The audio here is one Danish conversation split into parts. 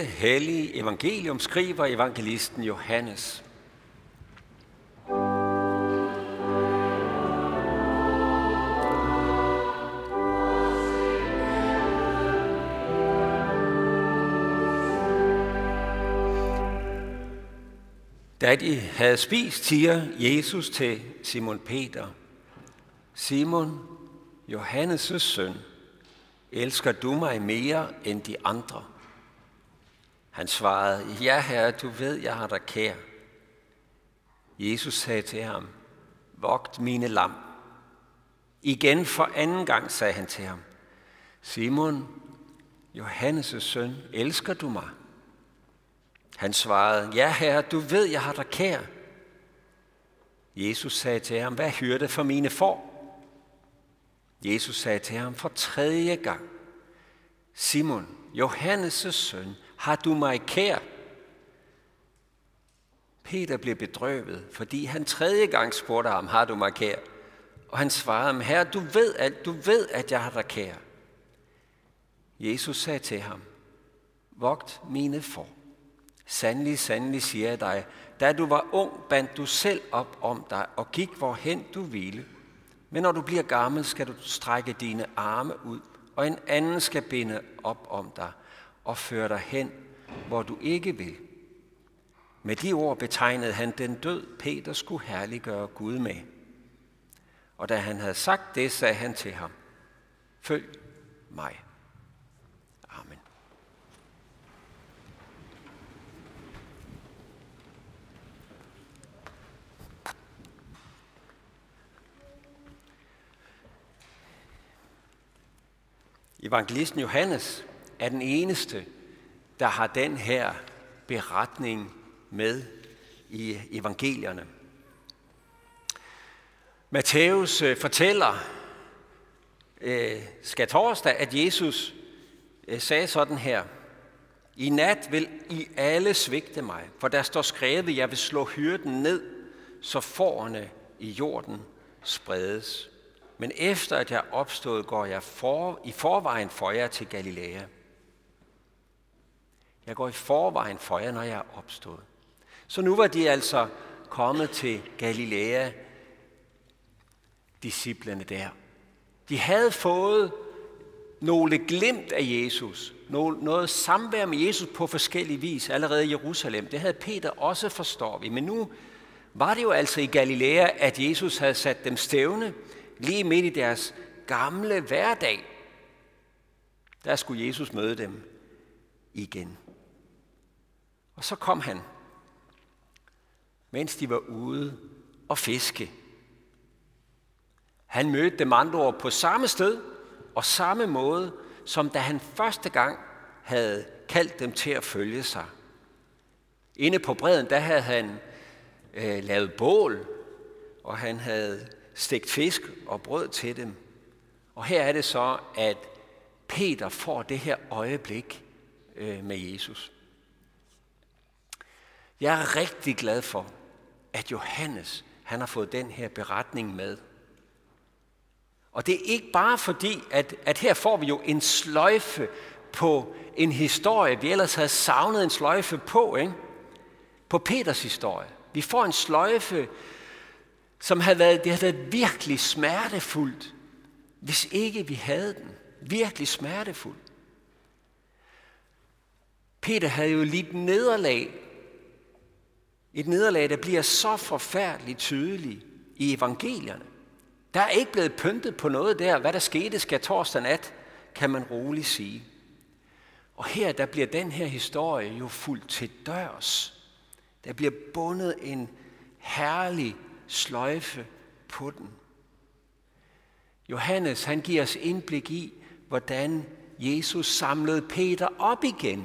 hellige evangelium skriver evangelisten Johannes. Da de havde spist, siger Jesus til Simon Peter: Simon, Johannes' søn, elsker du mig mere end de andre? Han svarede: Ja, Herre, du ved, jeg har dig kær. Jesus sagde til ham: Vogt mine lam. Igen for anden gang sagde han til ham: Simon, Johannes' søn, elsker du mig? Han svarede: Ja, Herre, du ved, jeg har dig kær. Jesus sagde til ham: Hvad hørte for mine får? Jesus sagde til ham for tredje gang: Simon, Johannes' søn, har du mig kær? Peter blev bedrøvet, fordi han tredje gang spurgte ham: Har du mig kær? Og han svarede: Herre, du ved, at jeg har dig kær. Jesus sagde til ham: Vogt mine får. Sandelig, sandelig siger jeg dig, da du var ung, bandt du selv op om dig og gik hvorhen du ville. Men når du bliver gammel, skal du strække dine arme ud, og en anden skal binde op om dig og føre dig hen, hvor du ikke vil. Med de ord betegnede han den død, Peter skulle herliggøre Gud med. Og da han havde sagt det, sagde han til ham: Følg mig. Amen. Evangelisten Johannes er den eneste, der har den her beretning med i evangelierne. Matthæus fortæller skærtorsdag, at Jesus sagde sådan her: I nat vil I alle svigte mig, for der står skrevet: Jeg vil slå hyrden ned, så fårene i jorden spredes. Men efter at jeg er opstået, går jeg i forvejen for jer til Galilea. Jeg går i forvejen for jer, når jeg er opstået. Så nu var de altså kommet til Galilea, disciplene der. De havde fået nogle glimt af Jesus, noget samvær med Jesus på forskellige vis allerede i Jerusalem. Det havde Peter også, forstår vi. Men nu var det jo altså i Galilea, at Jesus havde sat dem stævne, lige midt i deres gamle hverdag. Der skulle Jesus møde dem igen. Og så kom han, mens de var ude og fiske. Han mødte dem andre ord på samme sted og samme måde, som da han første gang havde kaldt dem til at følge sig. Inde på bredden, der havde han lavet bål, og han havde stegt fisk og brød til dem. Og her er det så, at Peter får det her øjeblik med Jesus. Jeg er rigtig glad for, at Johannes han har fået den her beretning med. Og det er ikke bare fordi, at her får vi jo en sløjfe på en historie, vi ellers havde savnet en sløjfe på, ikke? På Peters historie. Vi får en sløjfe, som det havde været virkelig smertefuldt, hvis ikke vi havde den. Virkelig smertefuldt. Peter havde jo lidt nederlag. Et nederlag, der bliver så forfærdeligt tydeligt i evangelierne. Der er ikke blevet pyntet på noget der. Hvad der skete skærtorsdag nat, kan man roligt sige. Og her, der bliver den her historie jo fuldt til dørs. Der bliver bundet en herlig sløjfe på den. Johannes, han giver os indblik i, hvordan Jesus samlede Peter op igen.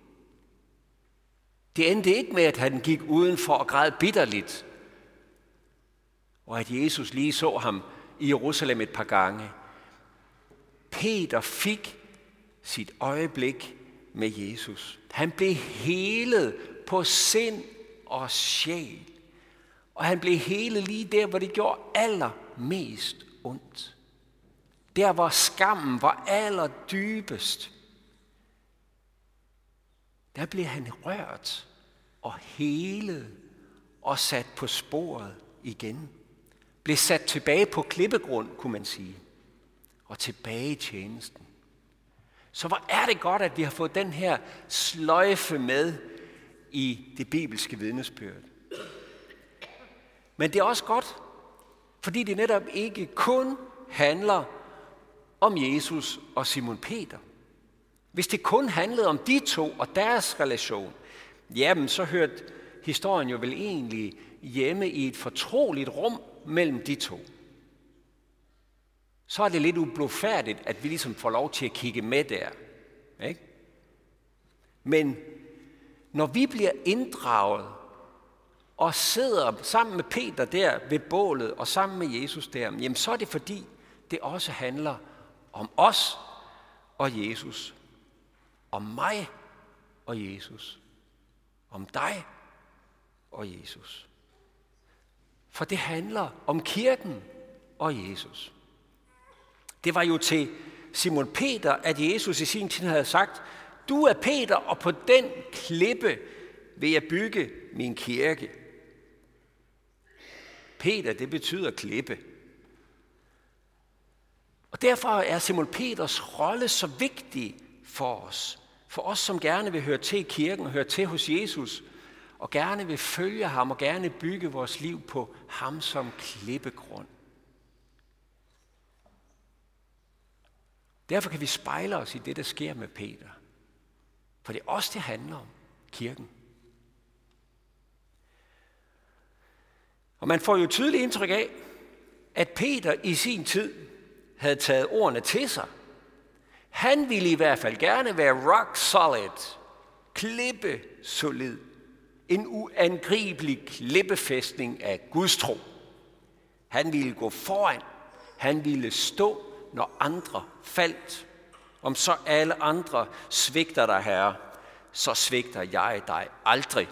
Det endte ikke med, at han gik udenfor og græd bitterligt, og at Jesus lige så ham i Jerusalem et par gange. Peter fik sit øjeblik med Jesus. Han blev helet på sind og sjæl. Og han blev helet lige der, hvor det gjorde allermest ondt. Der, hvor skammen var allerdybest. der blev han rørt og helet og sat på sporet igen. Blev sat tilbage på klippegrund, kunne man sige, og tilbage i tjenesten. Så hvor er det godt, at vi har fået den her sløjfe med i det bibelske vidnesbyrd. Men det er også godt, fordi det netop ikke kun handler om Jesus og Simon Peter. Hvis det kun handlede om de to og deres relation, jamen så hørte historien jo vel egentlig hjemme i et fortroligt rum mellem de to. Så er det lidt ublufærdigt, at vi ligesom får lov til at kigge med der. Ikke? Men når vi bliver inddraget og sidder sammen med Peter der ved bålet og sammen med Jesus der, jamen så er det fordi, det også handler om os og Jesus. Om mig og Jesus. Om dig og Jesus. For det handler om kirken og Jesus. Det var jo til Simon Peter, at Jesus i sin tid havde sagt, du er Peter, og på den klippe vil jeg bygge min kirke. Peter, det betyder klippe. Og derfor er Simon Peters rolle så vigtig for os. For os, som gerne vil høre til i kirken og høre til hos Jesus, og gerne vil følge ham og gerne bygge vores liv på ham som klippegrund. Derfor kan vi spejle os i det, der sker med Peter. For det er os, det handler om, kirken. Og man får jo tydeligt indtryk af, at Peter i sin tid havde taget ordene til sig. Han ville i hvert fald gerne være rock solid, klippesolid. En uangribelig klippefæstning af Guds tro. Han ville gå foran. Han ville stå, når andre faldt. Om så alle andre svigter dig, Herre, så svigter jeg dig aldrig.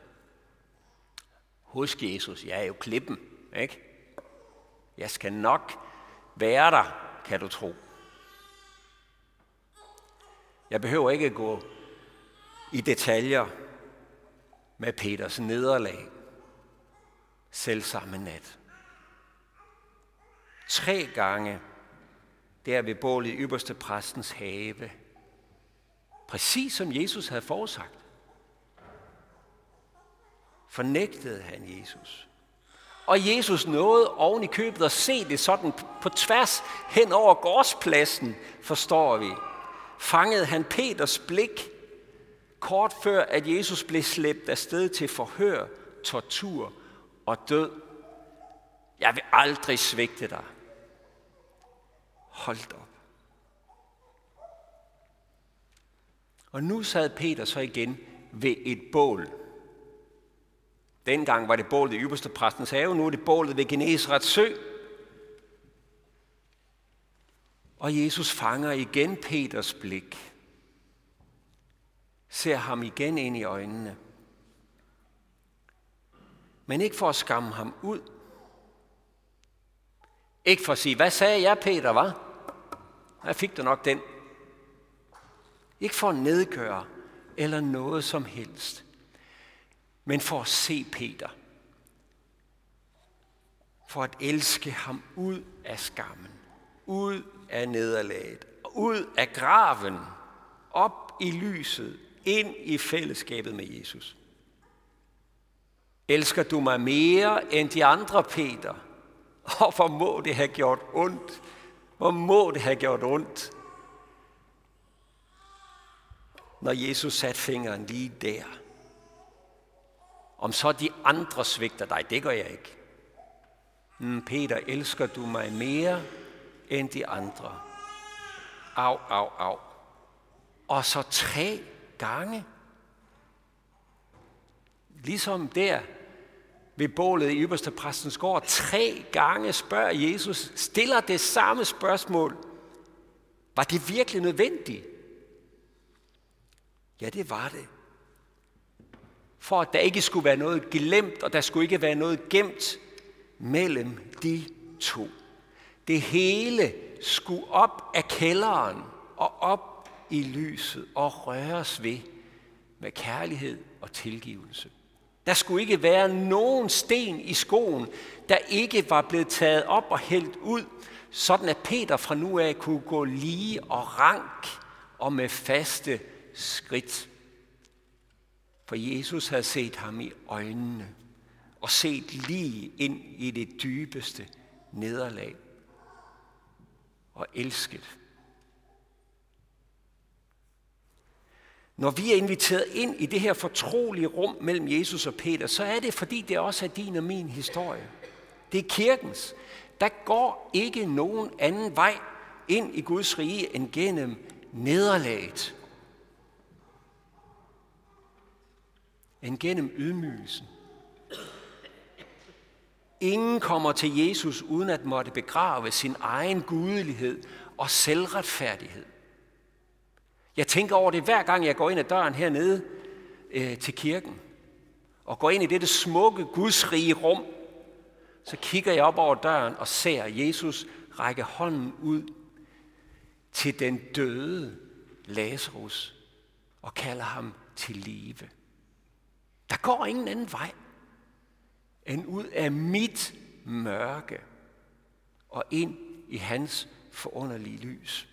Husk Jesus, jeg er jo klippen, ikke? Jeg skal nok være der, kan du tro. Jeg behøver ikke gå i detaljer med Peters nederlag selv samme nat. 3 gange der ved bålet i ypperste præstens have. Præcis som Jesus havde forudsagt. Fornægtede han Jesus. Og Jesus nåede oven i købet at se det sådan på tværs hen over gårdspladsen, forstår vi. Fangede han Peters blik kort før, at Jesus blev slæbt afsted til forhør, tortur og død. Jeg vil aldrig svigte dig. Hold op. Og nu sad Peter så igen ved et bål. Dengang var det bålet i ypperste præstens have, nu er det bålet ved Genesarets sø. Og Jesus fanger igen Peters blik. Ser ham igen ind i øjnene. Men ikke for at skamme ham ud. Ikke for at sige, hvad sagde jeg, Peter, var? Jeg fik du nok den. Ikke for at nedgøre eller noget som helst. Men for at se Peter. For at elske ham ud af skammen. Ud af nederlaget. Ud af graven. Op i lyset. Ind i fællesskabet med Jesus. Elsker du mig mere end de andre, Peter? Og hvor må det have gjort ondt? Hvor må det have gjort ondt? Når Jesus satte fingeren lige der. Om så de andre svigter dig, det gør jeg ikke. Peter, elsker du mig mere end de andre? Au, au, au. Og så 3 gange. Ligesom der ved bålet i ypperste præstens gård, 3 gange spørger Jesus, stiller det samme spørgsmål. Var det virkelig nødvendigt? Ja, det var det. For at der ikke skulle være noget glemt, og der skulle ikke være noget gemt mellem de to. Det hele skulle op af kælderen og op i lyset og røres ved med kærlighed og tilgivelse. Der skulle ikke være nogen sten i skoen, der ikke var blevet taget op og hældt ud, sådan at Peter fra nu af kunne gå lige og rank og med faste skridt. For Jesus havde set ham i øjnene og set lige ind i det dybeste nederlag og elsket. Når vi er inviteret ind i det her fortrolige rum mellem Jesus og Peter, så er det, fordi det også er din og min historie. Det er kirkens. Der går ikke nogen anden vej ind i Guds rige end gennem nederlaget. End gennem ydmygelsen. Ingen kommer til Jesus uden at måtte begrave sin egen gudelighed og selvretfærdighed. Jeg tænker over det hver gang jeg går ind ad døren hernede til kirken og går ind i dette smukke gudsrige rum. Så kigger jeg op over døren og ser Jesus række hånden ud til den døde Lazarus og kalder ham til live. Der går ingen anden vej end ud af mit mørke og ind i hans forunderlige lys.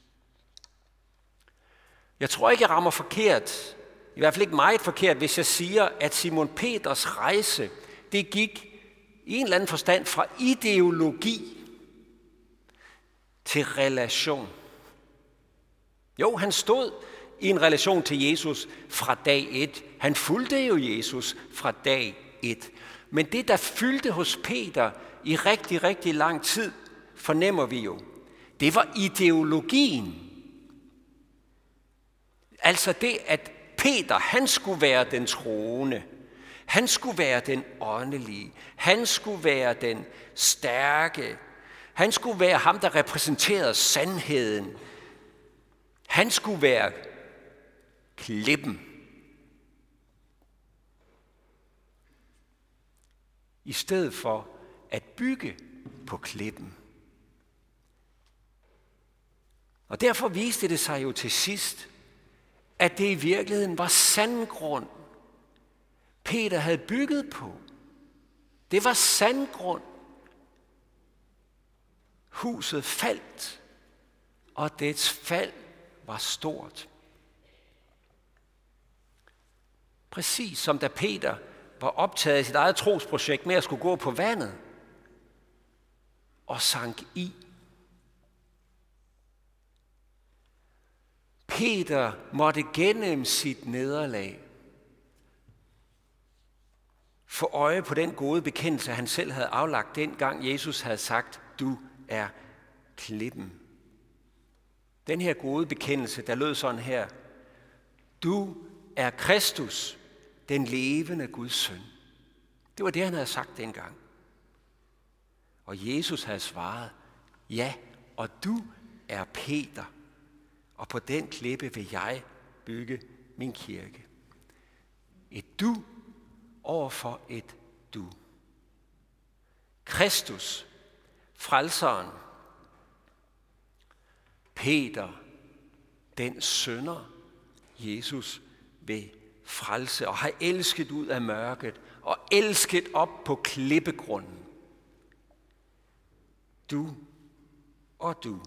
Jeg tror ikke, jeg rammer forkert, i hvert fald ikke meget forkert, hvis jeg siger, at Simon Peters rejse, det gik i en eller anden forstand fra ideologi til relation. Jo, han stod i en relation til Jesus fra dag 1. Han fulgte jo Jesus fra dag 1. Men det, der fyldte hos Peter i rigtig, rigtig lang tid, fornemmer vi jo, det var ideologien. Altså det, at Peter, han skulle være den troende. Han skulle være den åndelige. Han skulle være den stærke. Han skulle være ham, der repræsenterede sandheden. Han skulle være klippen. I stedet for at bygge på klippen. Og derfor viste det sig jo til sidst, at det i virkeligheden var sandgrund, Peter havde bygget på. Det var sandgrund. Huset faldt, og dets fald var stort. Præcis som da Peter var optaget af sit eget trosprojekt med at skulle gå på vandet og sank i. Peter måtte gennem sit nederlag få øje på den gode bekendelse, han selv havde aflagt dengang Jesus havde sagt, du er klippen. Den her gode bekendelse, der lød sådan her, du er Kristus, den levende Guds søn. Det var det, han havde sagt dengang. Og Jesus havde svaret, ja, og du er Peter, og på den klippe vil jeg bygge min kirke. Et du overfor et du. Kristus, frelseren. Peter, den synder, Jesus vil frelse og har elsket ud af mørket og elsket op på klippegrunden. Du og du.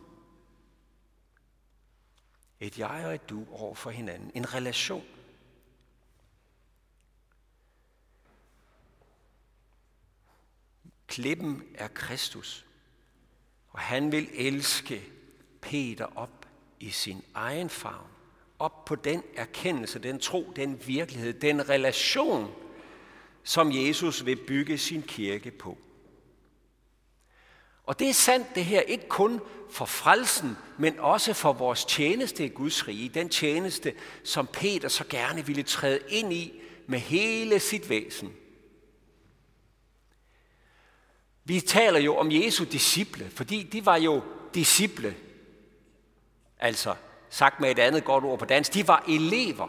Et jeg og et du over for hinanden. En relation. Klippen er Kristus, og han vil elske Peter op i sin egen favn. Op på den erkendelse, den tro, den virkelighed, den relation, som Jesus vil bygge sin kirke på. Og det er sandt det her, ikke kun for frelsen, men også for vores tjeneste i Guds rige. Den tjeneste, som Peter så gerne ville træde ind i med hele sit væsen. Vi taler jo om Jesu disciple, fordi de var jo disciple. Altså, sagt med et andet godt ord på dansk, de var elever.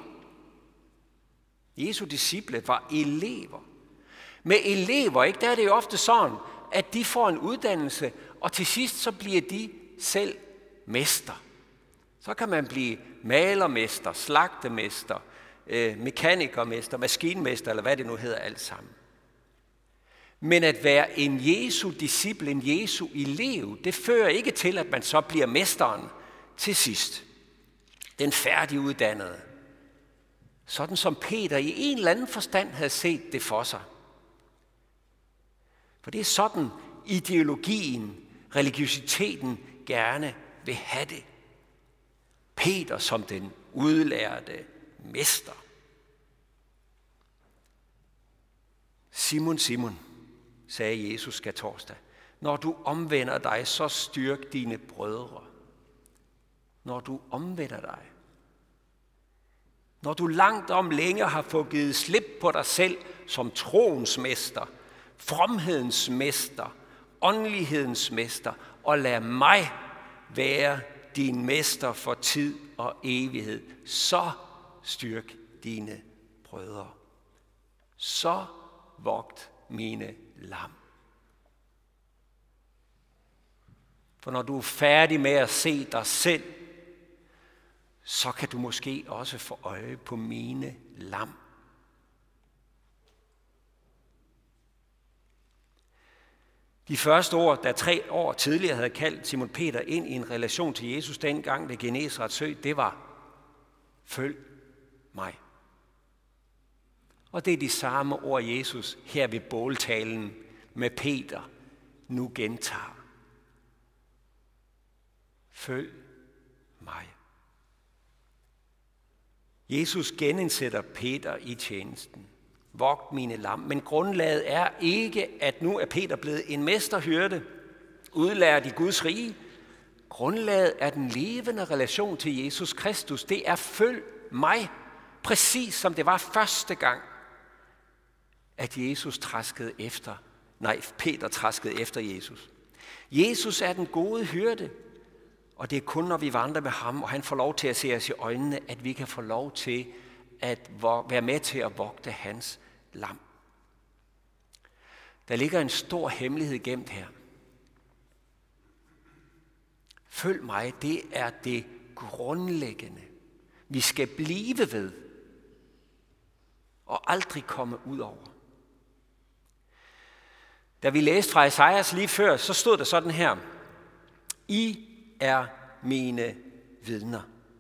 Jesu disciple var elever. Med elever, ikke, der er det jo ofte sådan, at de får en uddannelse, og til sidst så bliver de selv mester. Så kan man blive malermester, slagtemester, mekanikermester, maskinmester, eller hvad det nu hedder alt sammen. Men at være en Jesu disciple, en Jesu elev, det fører ikke til, at man så bliver mesteren til sidst. Den færdiguddannede. Sådan som Peter i en eller anden forstand havde set det for sig. For det er sådan ideologien, religiøsiteten gerne vil have det. Peter som den udlærte mester. Simon, Simon, sagde Jesus skærtorsdag, når du omvender dig, så styrk dine brødre. Når du omvender dig. Når du langt om længe har fået givet slip på dig selv som troens mester, fromhedens mester, åndelighedens mester, og lad mig være din mester for tid og evighed, så styrk dine brødre. Så vogt mine lam. For når du er færdig med at se dig selv, så kan du måske også få øje på mine lam. De første ord, der 3 år tidligere havde kaldt Simon Peter ind i en relation til Jesus dengang ved Genesarets sø, det var, følg mig. Og det er de samme ord, Jesus her ved båltalen med Peter nu gentager. Følg mig. Jesus genindsætter Peter i tjenesten. Vogt mine lam. Men grundlaget er ikke, at nu er Peter blevet en mesterhyrde, udlært i Guds rige. Grundlaget er den levende relation til Jesus Kristus. Det er følg mig, præcis som det var første gang, at Peter traskede efter Jesus. Jesus er den gode hyrde, og det er kun, når vi vandrer med ham, og han får lov til at se os i øjnene, at vi kan få lov til at være med til at vogte hans lam. Der ligger en stor hemmelighed gemt her. Følg mig, det er det grundlæggende. Vi skal blive ved og aldrig komme ud over. Da vi læste fra Esajas lige før, så stod der sådan her. I er mine vidner.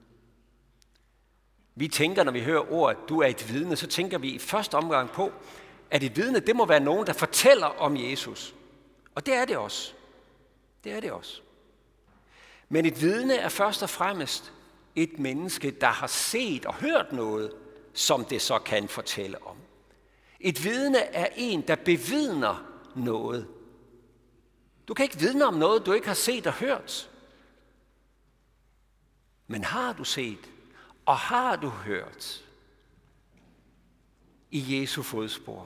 Vi tænker, når vi hører ordet, du er et vidne, så tænker vi i første omgang på, at et vidne, det må være nogen, der fortæller om Jesus. Og det er det også. Det er det også. Men et vidne er først og fremmest et menneske, der har set og hørt noget, som det så kan fortælle om. Et vidne er en, der bevidner noget. Du kan ikke vidne om noget, du ikke har set og hørt. Men har du set, og har du hørt i Jesu fodspor,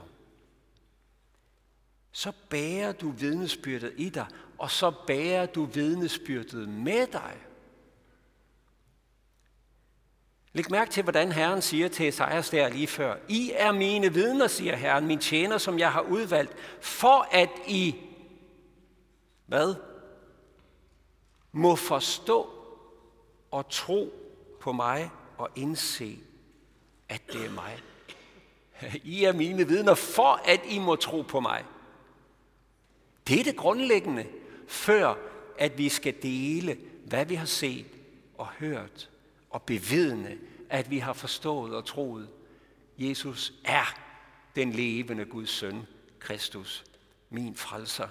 så bærer du vidnesbyrdet i dig, og så bærer du vidnesbyrdet med dig. Læg mærke til, hvordan Herren siger til Esajas der lige før. I er mine vidner, siger Herren, min tjener, som jeg har udvalgt, for at I, hvad? Må forstå og tro på mig og indse, at det er mig. I er mine vidner, for at I må tro på mig. Det er det grundlæggende, før at vi skal dele, hvad vi har set og hørt, og bevidne, at vi har forstået og troet. Jesus er den levende Guds søn, Kristus, min frelser.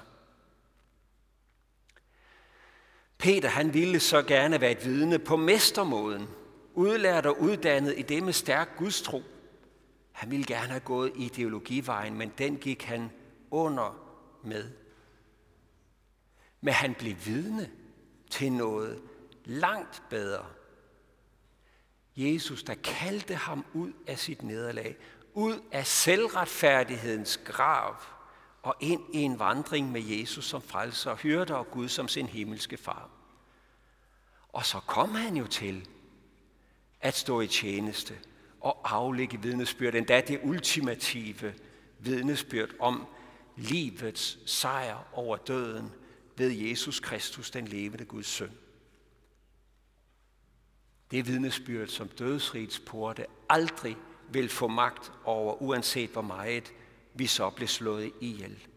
Peter, han ville så gerne være et vidne på mestermåden, udlært og uddannet i det med stærk gudstro. Han ville gerne have gået ideologivejen, men den gik han under med. Men han blev vidne til noget langt bedre. Jesus, der kaldte ham ud af sit nederlag, ud af selvretfærdighedens grav og ind i en vandring med Jesus som frelser, hyrde og Gud som sin himmelske far. Og så kom han jo til at stå i tjeneste og aflægge vidnesbyrd, endda det ultimative vidnesbyrd om livets sejr over døden ved Jesus Kristus, den levende Guds søn. Det vidnesbyrd, som dødsrigets porte aldrig vil få magt over, uanset hvor meget vi så bliver slået ihjel.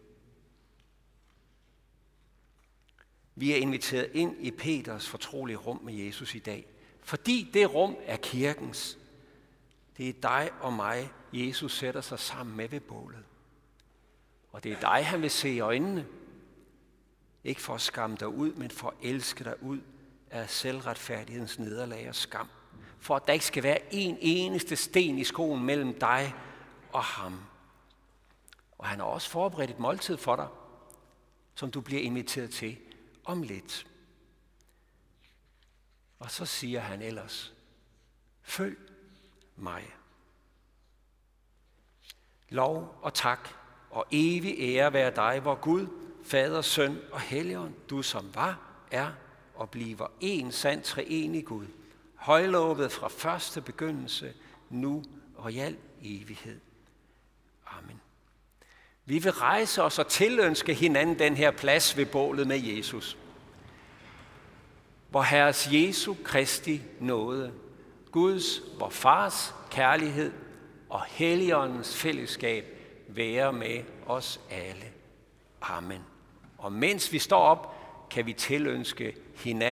Vi er inviteret ind i Peters fortrolige rum med Jesus i dag, fordi det rum er kirkens. Det er dig og mig, Jesus sætter sig sammen med ved bålet. Og det er dig, han vil se i øjnene. Ikke for at skamme dig ud, men for at elske dig ud af selvretfærdighedens nederlag og skam. For at der ikke skal være en eneste sten i skoen mellem dig og ham. Og han har også forberedt et måltid for dig, som du bliver inviteret til om lidt. Og så siger han ellers, følg mig. Lov og tak og evig ære være dig, vor Gud, Fader, Søn og Helligånd, du som var, er og bliver en sand treenig Gud, højlovet fra første begyndelse, nu og i al evighed. Amen. Vi vil rejse os og tilønske hinanden den her plads ved bålet med Jesus. Vor Herres Jesu Kristi nåde, Guds, vor Fars kærlighed og Helligåndens fællesskab være med os alle. Amen. Og mens vi står op, kan vi tilønske hinanden